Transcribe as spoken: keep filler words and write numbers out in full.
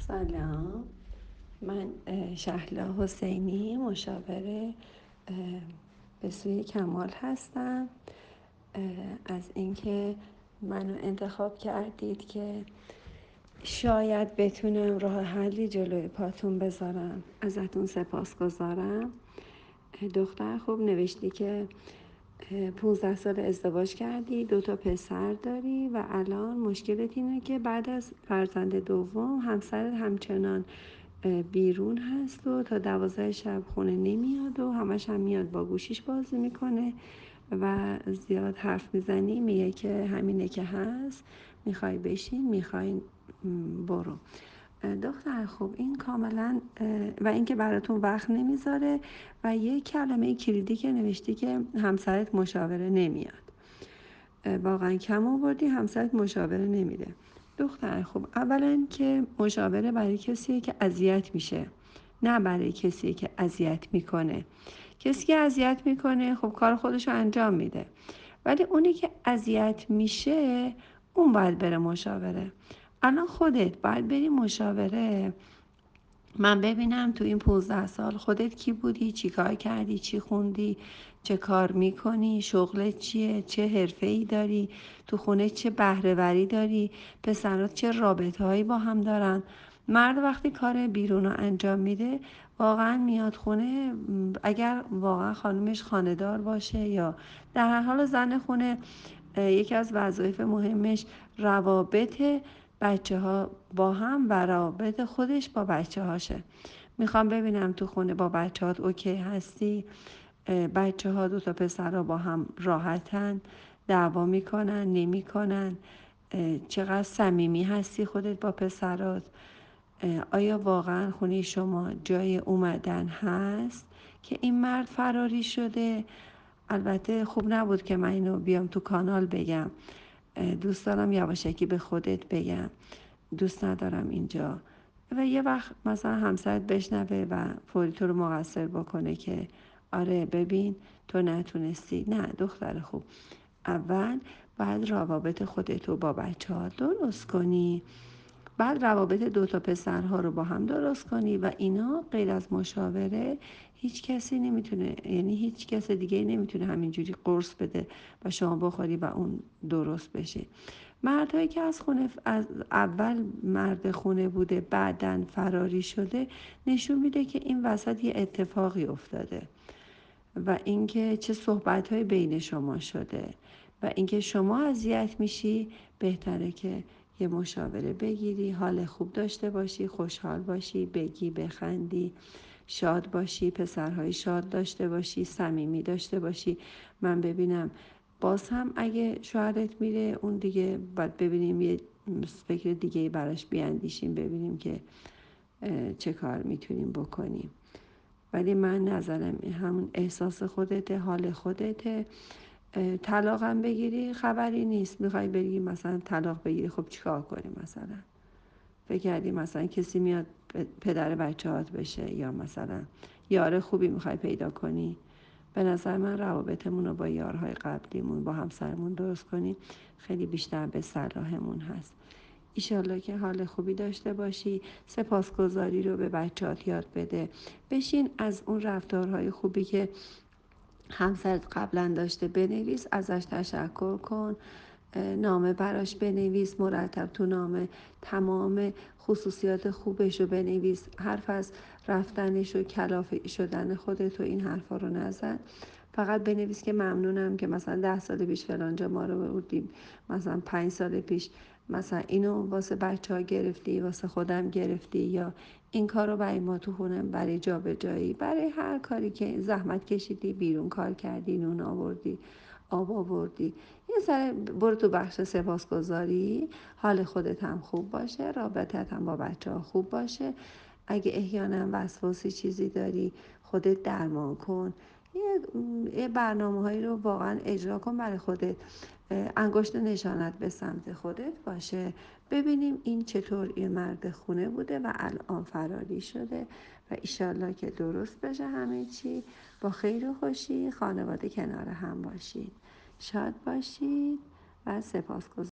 سلام، من شهلا حسینی، مشاور به سوی کمال هستم. از اینکه منو انتخاب کردید که شاید بتونم راه حلی جلوی پاتون بذارم، ازتون سپاسگزارم. دختر خوب نوشتی که پونزده سال ازدواج کردی، دو تا پسر داری و الان مشکلت اینه که بعد از فرزند دوم همسرت همچنان بیرون هست و تا دوازده شب خونه نمیاد و همش هم میاد با گوشیش بازی میکنه و زیاد حرف میزنی، میگه که همینه که هست، میخوای بشین، میخوای برو. دختر خوب، این کاملا و اینکه براتون وقت نمیذاره و یه کلمه کلیدی که نوشتی که همسرت مشاوره نمیاد. واقعا کم آوردی، همسرت مشاوره نمیده. دختر خوب، اولا که مشاوره برای کسیه که اذیت میشه، نه برای کسیه که اذیت میکنه. کسی که اذیت میکنه خب کار خودشو انجام میده، ولی اونی که اذیت میشه اون باید بره مشاوره. الان خودت باید بری مشاوره. من ببینم تو این پونزده سال خودت کی بودی، چی کار کردی، چی خوندی، چه کار میکنی، شغلت چیه، چه حرفه‌ای داری، تو خونه چه بهره‌وری داری، پسرات چه رابطه هایی با هم دارن. مرد وقتی کار بیرون رو انجام میده واقعا میاد خونه، اگر واقعا خانومش خانه‌دار باشه یا در هر حال زن خونه، یکی از وظایف مهمش روابط بچه ها با هم و روابط خودش با بچه هاشه. میخوام ببینم تو خونه با بچه هات اوکی هستی، بچه ها دو تا پسر ها با هم راحتن، دعوا میکنن نمیکنن، چقدر صمیمی هستی خودت با پسرات، آیا واقعا خونه شما جای اومدن هست که این مرد فراری شده. البته خوب نبود که من اینو بیام تو کانال بگم، دوست دارم یواشکی به خودت بگم، دوست ندارم اینجا و یه وقت مثلا همسرت بشنوه و فوری تو رو مقصر بکنه که آره ببین تو نتونستی. نه دختر خوب، اول باید روابط خودتو با بچه ها درست کنی، بعد روابط دو تا پسرها رو با هم درست کنی و اینا غیر از مشاوره هیچ کسی نمیتونه، یعنی هیچ کس دیگه نمیتونه همینجوری قرص بده و شما بخوری و اون درست بشه. مردهایی که از خونه از اول مرد خونه بوده بعدن فراری شده نشون میده که این وسط یه اتفاقی افتاده و اینکه چه صحبت‌های بین شما شده و اینکه شما اذیت میشی. بهتره که یه مشاوره بگیری، حال خوب داشته باشی، خوشحال باشی، بگی، بخندی، شاد باشی، پسرهای شاد داشته باشی، صمیمی داشته باشی. من ببینم باز هم اگه شوهرت میره اون دیگه باید ببینیم یه فکر دیگه براش بیاندیشیم، ببینیم که چه کار میتونیم بکنیم. ولی من نظرم همون احساس خودته، حال خودته. طلاقم بگیری خبری نیست، میخوای بگی مثلا طلاق بگیری، خب چیکار کنی؟ مثلا فکر کردی مثلا کسی میاد پدر بچه هات بشه یا مثلا یار خوبی میخوای پیدا کنی؟ به نظر من روابطمون رو با یارهای قبلیمون با همسرمون درست کنیم خیلی بیشتر به صلاحمون هست. ایشالله که حال خوبی داشته باشی، سپاسگزاری رو به بچه‌هات یاد بده، بشین از اون رفتارهای خوبی که همسرت قبلا داشته بنویس، ازش تشکر کن، نامه براش بنویس، مرتب تو نامه تمام خصوصیات خوبش رو بنویس، حرف از رفتنش و کلافه شدن خودت و این حرفا رو نزن. فقط بنویس که ممنونم که مثلا ده سال پیش فلانجا ما رو بردیم، مثلا پنج سال پیش مثلا اینو واسه بچه ها گرفتی، واسه خودم گرفتی، یا این کار رو برای ما تو خونم، برای جا به جایی، برای هر کاری که زحمت کشیدی، بیرون کار کردی، نون آوردی، آب آوردی. یه سر برو تو بخش سپاسگزاری، حال خودت هم خوب باشه، رابطت هم با بچه ها خوب باشه. اگه احیانا وسواسی چیزی داری خودت درمان کن، یه برنامه هایی رو واقعا اجرا کن برای خودت، انگشت نشانت به سمت خودت باشه، ببینیم این چطور یه مرد خونه بوده و الان فراری شده و ایشالله که درست بشه همه چی، با خیر و خوشی خانواده کنار هم باشید، شاد باشید و سپاسگزارم.